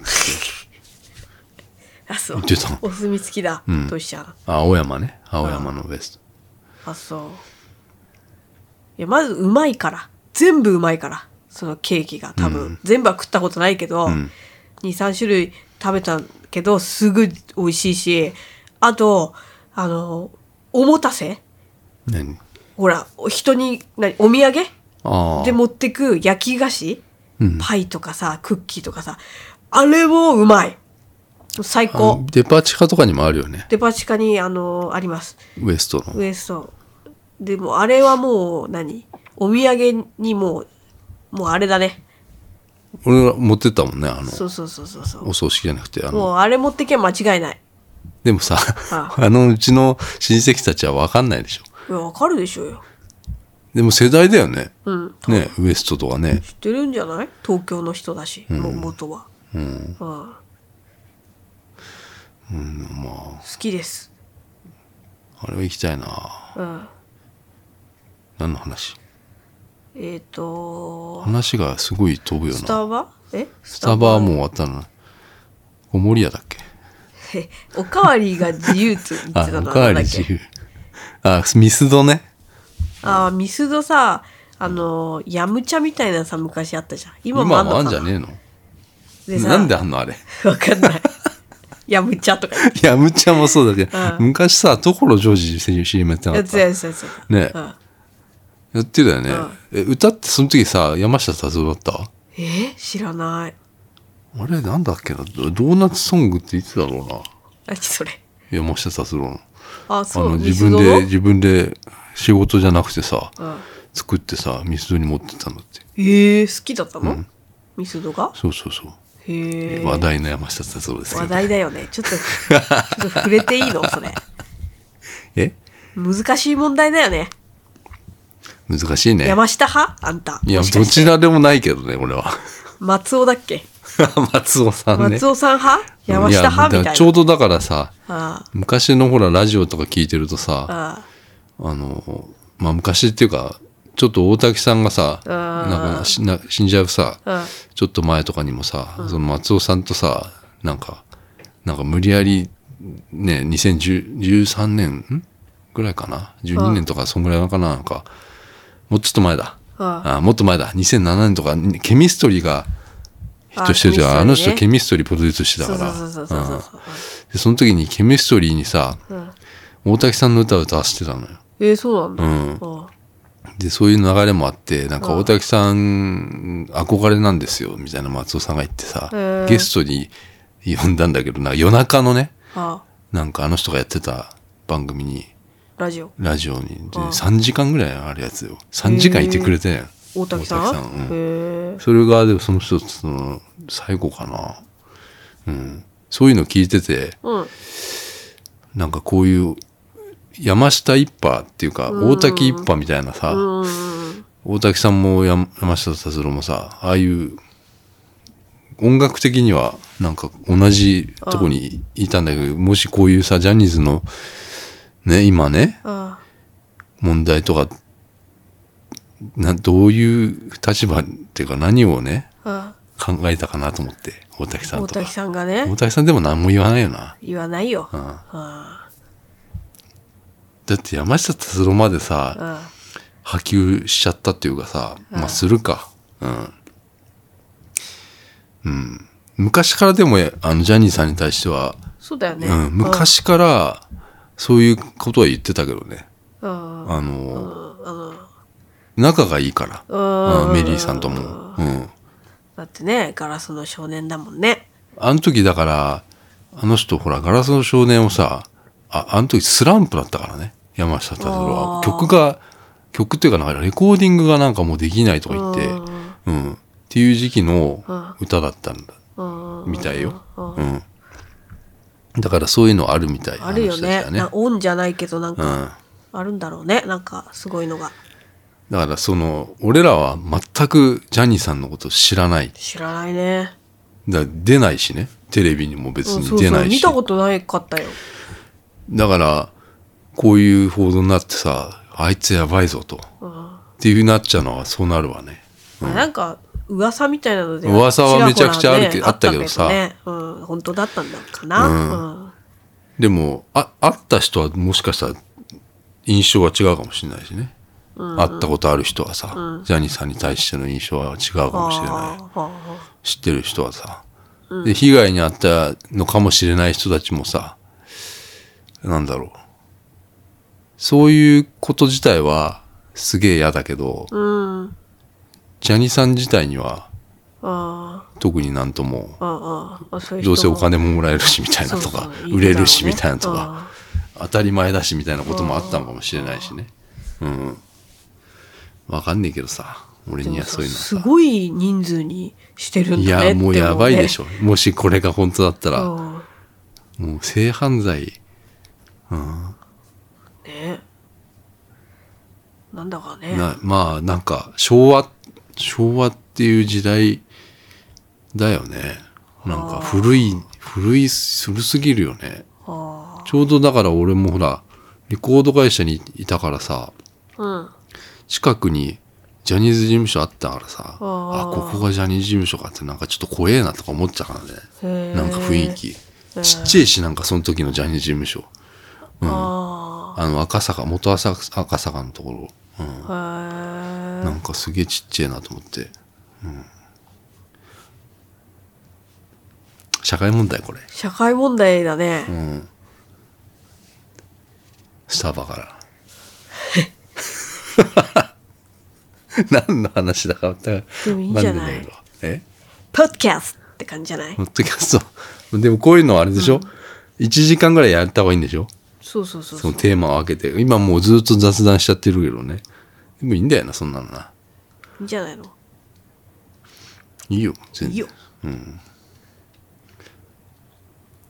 あ、そう。 言ってたの。 お墨付きだ。うん。都市ちゃん。あ、 青山ね。青山のウエスト。あ、そう。いや、まずうまいから。全部うまいから。そのケーキが多分。うん、全部は食ったことないけど、うん、に、さん種類食べたけど、すぐ美味しいし、あと、あの、おもたせ何ほら人に何お土産で持ってく焼き菓子、うん、パイとかさクッキーとかさあれもうまい最高デパ地下とかにもあるよねデパ地下にあのありますウエストのウエストでもあれはもう何お土産にもうもうあれだね俺が持ってったもんねあのそうそうそうそうお葬式じゃなくてあのもうあれ持ってけば間違いないでもさ あ, あのうちの親戚たちは分かんないでしょいや分かるでしょうよでも世代だよね、 うん、 ねウエストとかね知ってるんじゃない東京の人だし、うん、も元はうん、 あうん、まあ好きですあれは行きたいなうん何の話えっ、ー、と話がすごい飛ぶよなスタバえスタバはもう終わったの小森屋だっけおかわりが自由って言ってたのおかわり自由あミスドねあミスドさあのヤムチャみたいなさ昔あったじゃん今もあんのかな今もあんじゃねえのなんであんのあれわかんないヤムチャとかヤムチャもそうだけど、うん、昔さ所ジョージ選手 シーエム やってなかったやつやつやつね、うん、やってたよね、うん、え歌ってその時さ山下達郎だったえ知らないあれなんだっけなドーナツソングって言ってたろうな何それ山下達郎のあそうあの自分で自分で仕事じゃなくてさ、うん、作ってさミスドに持ってたんだってえー、好きだったの、うん、ミスドがそうそうそうへえ。 話題の山下達郎ですけど。 話題だよね。ちょっとちょっと触れていいのそれ。 え？ 難しい問題だよね。 難しいね。 山下派？あんた。 いや、どちらでもないけどね、俺は。 松尾だっけ？ 松尾さんね。 松尾さん派？山下派みたいな。 ちょうどだからさ、 ああ昔のほらラジオとか聞いてるとさ、 ああの、まあ昔っていうか、ちょっと大滝さんがさ、なんか死な死んじゃうさ、ちょっと前とかにもさ、うん、その松尾さんとさ、なんか、なんか無理やり、ね、にせんじゅうさんねんぐらいかな、じゅうにねんとかそんぐらいかな、なんか、もうちょっと前だ。ああもっと前だ。にせんななねんとか、ケミストリーがヒットしてるじゃん。あ, ね、あの人ケミストリープロデュースしてたから。で、その時にケミストリーにさ、うん、大滝さんの歌を歌わせてたのよ。 えー、そうなんだ。 うん。ああで、そういう流れもあって、なんか大滝さん憧れなんですよ、みたいな松尾さんが言ってさ、ゲストに呼んだんだけど、なんか夜中のね、ああなんかあの人がやってた番組に、 ラジオラジオにでさんじかんぐらいあるやつよ。さんじかんいてくれてん大滝さん、大滝さん、 うん、それがでもその人その最後かな、うん、そういうの聞いてて、うん、なんかこういう山下一派っていうか、うん、大滝一派みたいなさ、うん、大滝さんも山下達郎もさ、ああいう音楽的にはなんか同じとこにいたんだけど、もしこういうさジャニーズのね、今ね、問題とかなどういう立場っていうか何をね考えたかなと思って、大滝さんとか。 大滝さんがね。 大滝さんでも何も言わないよな。 言わないよ。 うんだって山下達郎までさ波及しちゃったっていうかさ、まあするか。うん。うん。昔からでもあのジャニーさんに対しては、 そうだよね。 うん、昔からそういうことは言ってたけどね。あの仲がいいから、メリーさんとも。うん。 だってね、ガラスの少年だもんね。 あの時だからあの人ほらガラスの少年をさ、ああの時スランプだったからね。山下達郎は曲が曲っていうかなんかレコーディングがなんかもうできないとか言って、うん、っていう時期の歌だったんだみたいよ。うん。だからそういうのあるみたい。 あるよね。なオンじゃないけどなんかあるんだろうね。なんかすごいのが。 だからその俺らは全くジャニーさんのこと知らない。 知らないね。 だから出ないしね。テレビにも別に出ないし。そうそう見たことないかったよ。 だからこういう報道になってさ、あいつやばいぞと、うん、っていう風になっちゃうのはそうなるわね。 うん、なんか噂みたいなので噂はめちゃくちゃあるけど、ね、あったけどさ、 ねうん、本当だったんだかな。うんうん、でもあ会った人はもしかしたら印象は違うかもしれないしね。うんうん、会ったことある人はさ、うん、ジャニーさんに対しての印象は違うかもしれない。知ってる人はさ、うん、で被害に遭ったのかもしれない人たちもさ、なんだろう。そういうこと自体はすげえ嫌だけど、うん、ジャニーさん自体には特になんとも、ああそういうどうせお金ももらえるしみたいなとか、そうそう売れるしみたいなとか、当たり前だしみたいなこともあったのかもしれないしね。うん。わかんねえけどさ、俺にはそういうのさ。 すごい人数にしてるんだねって思うね。 いやもうやばいでしょ。もしこれが本当だったら、もう性犯罪。うんね、なんだかねなまあなんか昭和昭和っていう時代だよね。なんか古い古い古すぎるよね。ちょうどだから俺もほらレコード会社にいたからさ、うん、近くにジャニーズ事務所あったからさ、あここがジャニーズ事務所かってなんかちょっと怖えなとか思っちゃうからね。なんか雰囲気ちっちゃいし、なんかその時のジャニーズ事務所。うん、あ, あの赤坂元赤坂のところ、うん、なんかすげえちっちゃいなと思って、うん、社会問題これ社会問題だね、うん、 スタバから何の話だか分でもいいんじゃない。 えポッドキャストって感じじゃない。 ポッドキャストでもこういうのはあれでしょ、うん、いちじかんぐらいやった方がいいんでしょ。 そうそうそうそのテーマを開けて今もうずっと雑談しちゃってるけどね。でもいいんだよなそんなのな。 いいんじゃないの。 いいよ全然いいよ、 うん、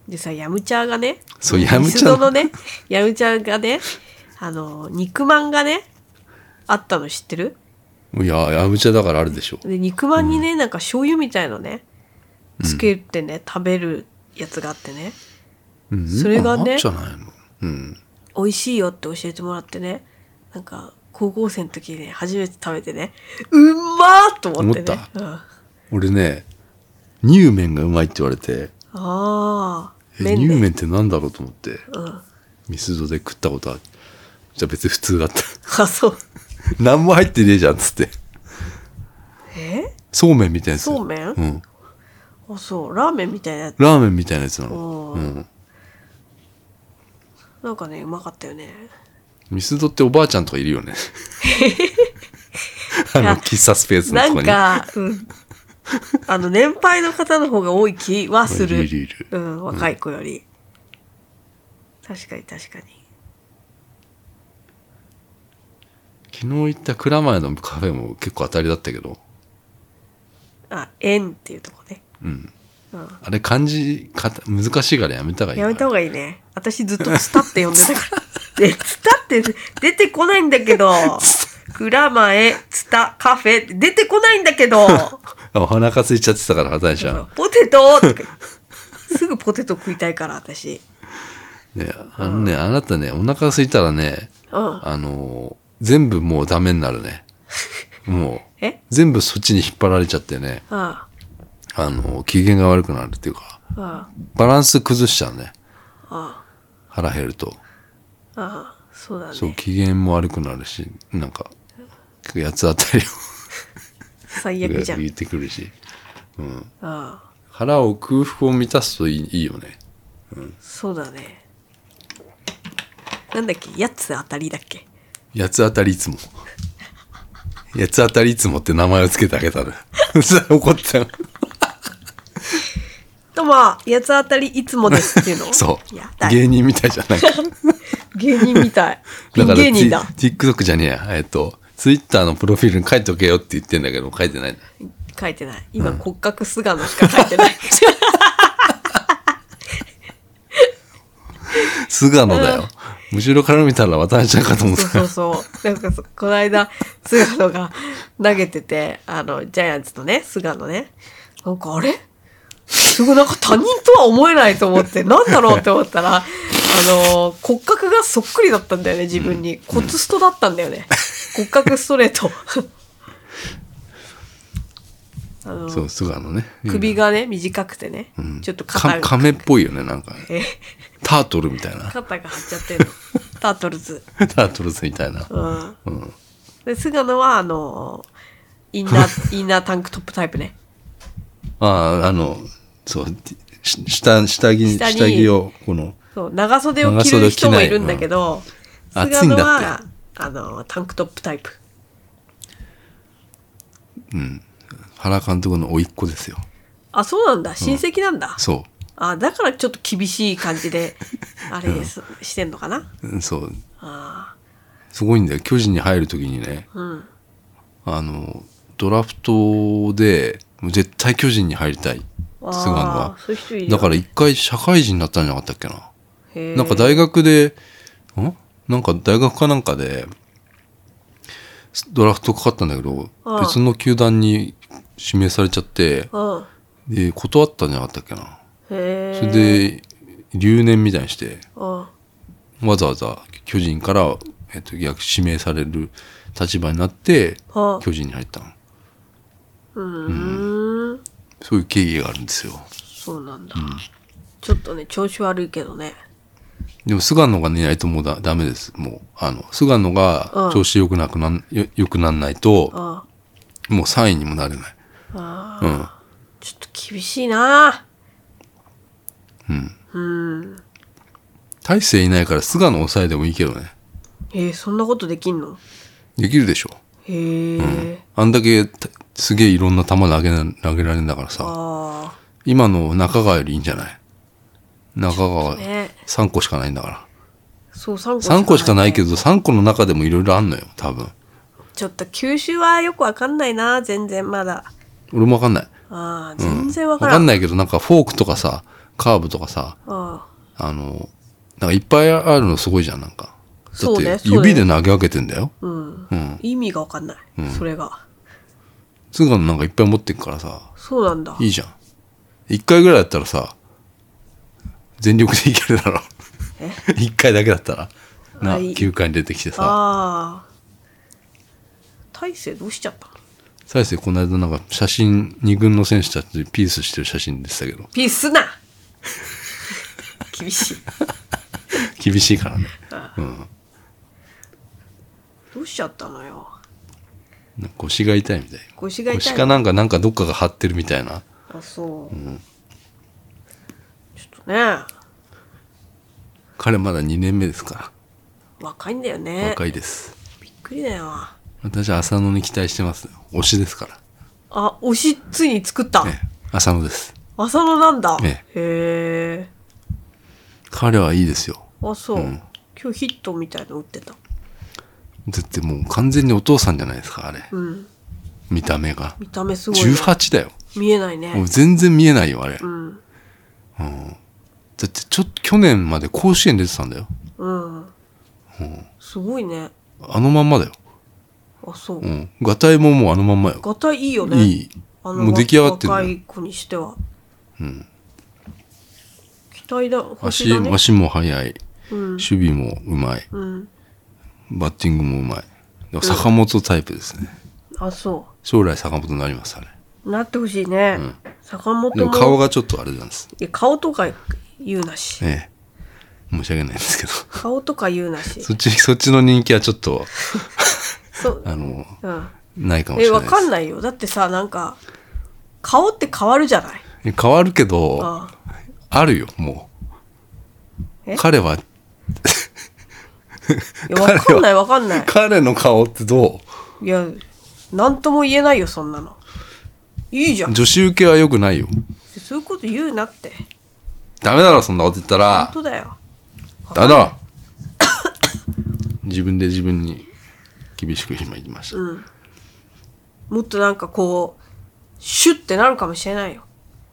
でさ、ヤムチャがね、 そうヤムチャミスドのね、ヤムチャがね、あの肉まんがねあったの知ってる？ いやヤムチャだからあるでしょ。 で肉まんにね、うん、なんか醤油みたいのねつけてね、うん、食べるやつがあってね、うん、それがねじゃないの、うん、 美味しいよって教えてもらってね、なんか高校生の時にね初めて食べてね、うまーと思ってね。 思った、うん、俺ね乳麺がうまいって言われて、 ああえ乳麺ってなんだろうと思って、うん、ミスドで食ったことある。じゃあ別に普通だった。 あ、そう何も入ってねえじゃんっつって。 えそうめんみたいなやつ。 そうめん、うん、あ、そうラーメンみたいなやつ。 ラーメンみたいなやつなの、うん、 なんかねうまかったよね。 ミスドっておばあちゃんとかいるよね。あの喫茶スペースのとこになんか、うん、あの年配の方の方が多い気はする。 いるいる、 うん、若い子より、うん、確かに確かに。 昨日行った蔵前のカフェも結構当たりだったけど。 あ、円っていうとこね。 うん。うん、あれ漢字か難しいからやめた方がいい。 やめた方がいいね。私ずっとツタって呼んでたから。で、ツタって出てこないんだけど。蔵前ツタカフェって出てこないんだけど。 お腹空いちゃってたからはたいちゃん。 ポテトとかすぐポテト食いたいから私。 ね、あのね、うん、あなたねお腹空いたらね、うん、あの全部もうダメになるね。もうえ全部そっちに引っ張られちゃってね。あああの機嫌が悪くなるっていうか、ああバランス崩しちゃうね。ああ腹減ると。 ああそうだね。 そう機嫌も悪くなるし、なんか八つ当たりを最悪じゃん言ってくるし、うん、ああ腹を空腹を満たすといい、いいよね、 うん、そうだね。なんだっけ八つ当たりだっけ。 八つ当たりいつも八つ当たりいつもって名前をつけてあげたの。怒ってたの。 どうも八つ当たりいつもですっていうの。 そう芸人みたいじゃない。 芸人みたい。ピン芸人だ。 TikTok じゃねえや、えっと Twitter のプロフィールに書いておけよって言ってんだけど書いてない。 書いてない。今、うん、骨格菅野しか書いてない。 菅野だよ。後ろから見たら渡辺ちゃんかと思った。 そうそうそう。なんかこの間菅野が投げてて、あのジャイアンツのね菅野ね、なんかあれすごいなんか他人とは思えないと思ってなんだろうって思ったら、あの骨格がそっくりだったんだよね自分に、うん、骨ストだったんだよね、うん、骨格ストレート。あのそう菅野ね首がね短くてね、うん、ちょっと肩が亀っぽいよねなんかねタートルみたいな肩が張っちゃってるの。タートルズタートルズみたいな、うんうん、で菅野はあのインナーインナータンクトップタイプね。 あああのそう下下着下着をこのそう長袖を着る人もいるんだけど、うん、菅野はあのタンクトップタイプ。 うん原監督の甥っ子ですよ。 あ、そうなんだ。親戚なんだ。 うん、そう。 あ、だからちょっと厳しい感じであれ、うん、してんのかな。 うん、そう。あ、すごいんだよ。巨人に入るときにね、うん、あのドラフトで絶対巨人に入りたい菅野は。そういう人いるよね。だから一回社会人になったんじゃなかったっけな。へー。なんか大学でんなんか大学かなんかでドラフトかかったんだけど、ああ別の球団に指名されちゃって、ああで断ったんじゃなかったっけな。へそれで留年みたいにして、ああわざわざ巨人から、えっと、逆指名される立場になって、ああ巨人に入ったの。うーん、うん、そういう経緯があるんですよ。 そうなんだ、うん、ちょっとね調子悪いけどね。 でも菅野がねいないともうだダメです。もうあの菅野が調子よくなくなんよよくなんないと、ああもうさんいにもなれない。ああ、うん、 ちょっと厳しいな。 うん。うん。大勢いないから菅野抑えでもいいけどね。 えー、そんなことできんの？ できるでしょ。へえ、うん。あんだけすげえいろんな球投げ投げられるんだからさ。あ今の中川よりいいんじゃない？中川さんこしかないんだから。 そうさんこしかない、ね。 さんこしかないけどさんこの中でもいろいろあんのよ多分。 ちょっと球種はよくわかんないな全然まだ。 俺もわかんない。 あ全然わからん、 うん、わかんないけどなんかフォークとかさカーブとかさ、 ああのなんかいっぱいあるのすごいじゃん。なんかだそうねって指で投げ分けてんだよ。 あ、うんうん、 意味がわかんない、うん、それがつうかなんかいっぱい持ってるからさ。 そうなんだ。 いいじゃん。いっかいぐらいだったらさ全力でいけるだろ。 えいっかいだけだったらな、きゅうかいに出てきてさ。 ああ大勢どうしちゃったの。 大勢この間なんか写真に軍の選手たちでピースしてる写真でしたけど。 ピースすな厳しい厳しいからね。ああ、うん、 どうしちゃったのよ。 腰が痛いみたい。 腰が痛い。 腰かなんかなんかどっかが張ってるみたいな。 あ、そう、うん、ちょっとね。 彼まだにねんめですから。 若いんだよね。 若いです。 びっくりだよ。 私は浅野に期待してますよ。推しですから。 あ、推しついに作った、 ね、浅野です。 浅野なんだ、 ね、 へえ。 彼はいいですよ。 あ、そう、うん、今日ヒットみたいの打ってた。 だってもう完全にお父さんじゃないですかあれ、 うん、 見た目が。 見た目すごい、ね、 じゅうはちだよ。 見えないね。 もう全然見えないよあれ、うんうん、 だってちょっと去年まで甲子園出てたんだよ。 うん、うん、すごいね。 あのまんまだよ。 あ、そう、 うん、ガタイももうあのまんまよ。 ガタイいいよね。 いい。あのもう出来上がってる。 若い子にしては、 うん、 期待だ。 足だ、ね、足も速い、うん、守備もうまい、 うん、 バッティングもうまい。坂本タイプですね、 うん、あ、そう。 将来坂本になりますあれ。 なってほしいね、うん、坂本も。 でも顔がちょっとあれなんです。 いや顔とか言うなし、 ええ、申し訳ないんですけど顔とか言うなしそっちそっちの人気はちょっとそうあの、 うん、 ないかもしれないです。 え、わかんないよ。だってさ、なんか顔って変わるじゃない。 変わるけど あ, あるよもう。彼はいや、わかんないわかんない。 彼の顔ってどう。いや、なんとも言えないよそんなの。いいじゃん。 女子受けは良くないよ。 そういうこと言うなって。 ダメだろそんなこと言ったら。 本当だよ。 ダメだ自分で自分に厳しく今言いました、うん、 もっとなんかこうシュッてなるかもしれないよ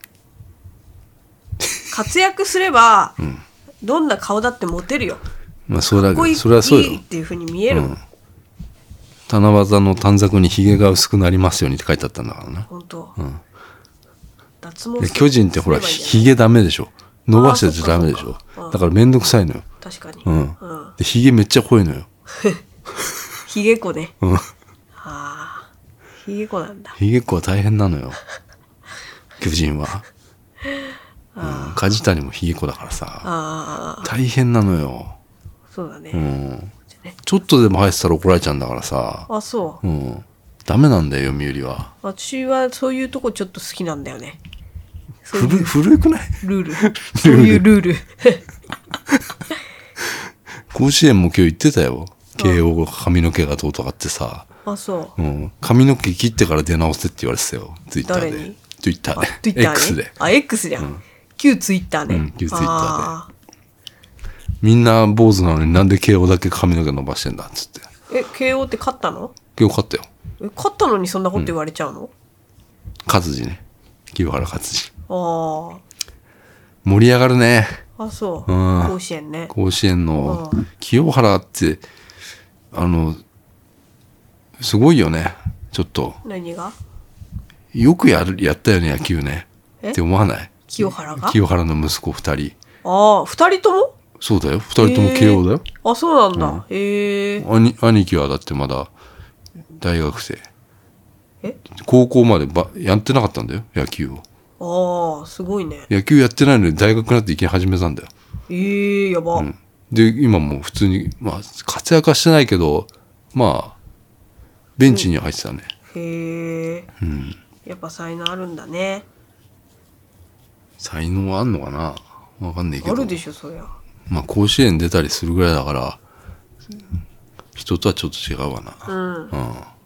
活躍すれば、うん、どんな顔だってモテるよ。 まあそうだけど、 かっこいい、 それはそうよ。 いいっていう風に見える、うん、 七夕の短冊にひげが薄くなりますようにって書いてあったんだからな。 本当、 うん、 脱毛巨人ってほらひげダメでしょ。伸ばしてちゃダメでしょ。だからめんどくさいのよ。 確かに、 うんうん、でひげめっちゃ濃いのよひげこね、 うん、 はあ、ひげこなんだ。 ひげこは大変なのよ巨人は、うん、梶谷もひげこだからさ、 あ、 大変なのよ。 そうだね、 うん、ちょっとでも生えてたら怒られちゃうんだからさ。 あ、そう、 うん、ダメなんだよ読売は。 私はそういうとこちょっと好きなんだよね。 古古くないルールそういうルール甲子園も今日言ってたよ。慶応髪の毛がどうとかってさ。 あ、そう、 うん、髪の毛切ってから出直せって言われてたよ。ツイッターで。 誰に？ ツイッターで。 ツイッターね、 X で。 あ、X じゃん、うん、旧ツイッターね、 うん、旧ツイッターで。みんな坊主なのになんで慶応だけ髪の毛伸ばしてんだっつって。 え、慶応って勝ったの？ 慶応勝ったよ。 え、勝ったのにそんなこと言われちゃうの？うん、 勝治ね。清原勝治。 ああ。 盛り上がるね。 あ、そう、うん、甲子園ね。 甲子園の清原ってあのすごいよね。ちょっと何がよくやるやったよね野球ねって思わない？ 清原が？ 清原の息子ふたり。 ああ、ふたりとも？ そうだよ、ふたりとも慶応だよ。 あ、そうなんだ、うん、へえ。 兄兄貴はだってまだ大学生。 え、 高校までばやってなかったんだよ野球を。 ああ、すごいね。 野球やってないのに大学になっていきなり始めたんだよ。 えー、やば、 うん、で今もう普通にまあ活躍はしてないけどまあベンチには入ってたね、 うん、へえ、 うん、 やっぱ才能あるんだね。 才能はあんのかな、わかんないけど。 あるでしょそりゃ。 まあ甲子園出たりするぐらいだから人とはちょっと違うわな。 うん、うん、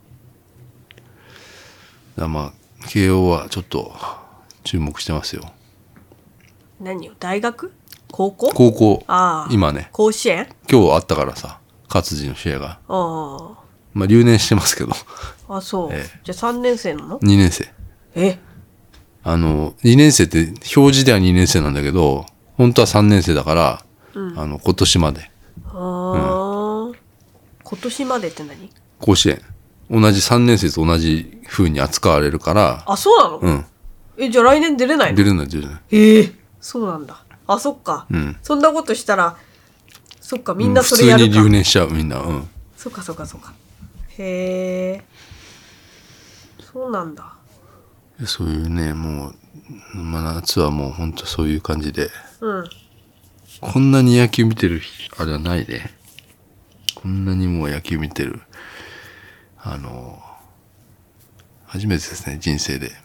だまあ慶応はちょっと注目してますよ。 何よ、大学？高校？ 高校。 ああ、 今ね。 甲子園？ 今日あったからさ、勝治の試合が。 ああ。 まあ留年してますけど。 あ、そう。 ええ、 じゃあさんねん生なの？ にねん生。 え？ あのにねん生って表示ではにねん生なんだけど本当はさんねん生だから、うん、あの今年まで。 ああ、うん、今年までって何？ 甲子園同じさんねん生と同じ風に扱われるから。 あ、そうなの？ うん。 え、じゃあ来年出れないの？ 出れない出れない。 ええー、そうなんだ。あ、そっか、 うん、 そんなことしたらそっかみんなそれやるか、 うん、普通に留年しちゃうみんな。うん。 そっかそっかそっか。へえ、そうなんだ。 そういうね、もう、まあ、夏はもう本当そういう感じで、 うん、 こんなに野球見てるあれはないね。こんなにもう野球見てるあの初めてですね、人生で。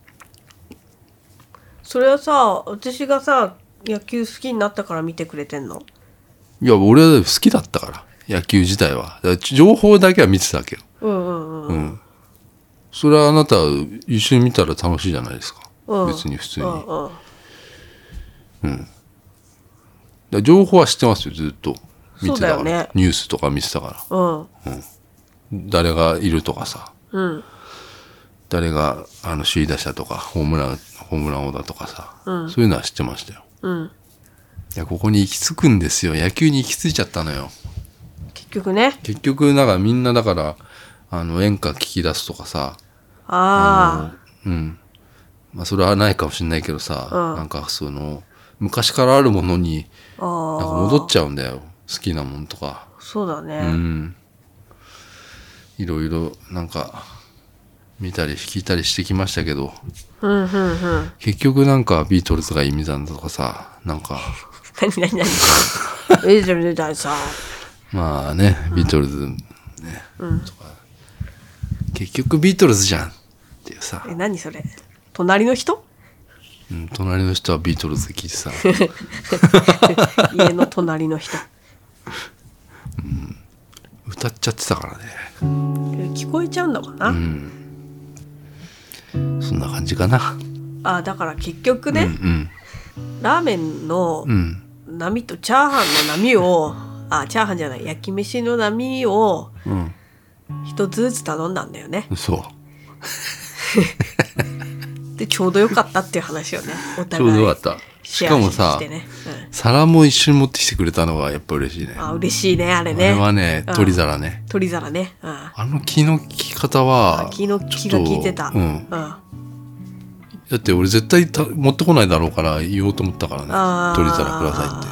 それはさ、私がさ野球好きになったから見てくれてんの？ いや俺は好きだったから野球自体は。だから情報だけは見てたわけよ。 うんうんうん、うん、 それはあなた一緒に見たら楽しいじゃないですか、うん、別に普通に、うんうんうん、だ情報は知ってますよ、ずっと見てたから。そうだよね、ニュースとか見てたから、うんうん、誰がいるとかさ、うん、誰があの首位打者とかホームランホームラン王だとかさ、うん、そういうのは知ってましたよ、うん、いやここに行き着くんですよ。野球に行き着いちゃったのよ結局ね。 結局なんかみんなだからあの演歌聞き出すとかさ、 ああ、 うんまあそれはないかもしれないけどさ、うん、なんかその昔からあるものになんか戻っちゃうんだよ、好きなもんとか。 そうだね、 うん、いろいろなんか見たり聞いたりしてきましたけど、 うんうんうん、 結局なんかビートルズが意味なんだとかさ、なんか何何何ビートルズださまあね、ビートルズね、うん、とか結局ビートルズじゃんっていうさ。 え、何それ、隣の人？ うん、隣の人はビートルズ聞いてさ家の隣の人、 うん、歌っちゃってたからね。 聞こえちゃうんだもんな、うん、 そんな感じかな。 あ、だから結局ね、うんうん、ラーメンの波とチャーハンの波を、あ、チャーハンじゃない、焼き飯の波を一つずつ頼んだんだよね、 うん、そうでちょうどよかったっていう話よね。お互いちょうどよかった。しかもさ、ね、うん、皿も一緒に持ってきてくれたのがやっぱ嬉しいね。 あ、嬉しいね、あれね。 あれはね、取り皿ね、 うん、取り皿ね、うん、 あの気の利き方は気の利きが利いてた、うんうん、 だって俺絶対た持ってこないだろうから言おうと思ったからね、取り皿くださいって。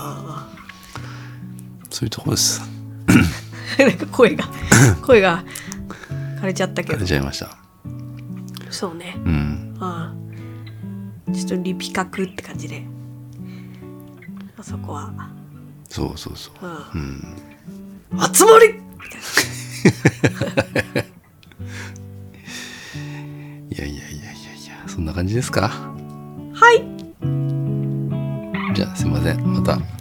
そういうとこですなんか声が声が枯れちゃったけど。 枯れちゃいました。 そうね、 うん、 ああ、ちょっとリピ角って感じで、あそこはそうそうそう、うん、 うん、あつ森みたいないやいやいやいやいや、そんな感じですか。 はい、 じゃあすいません、また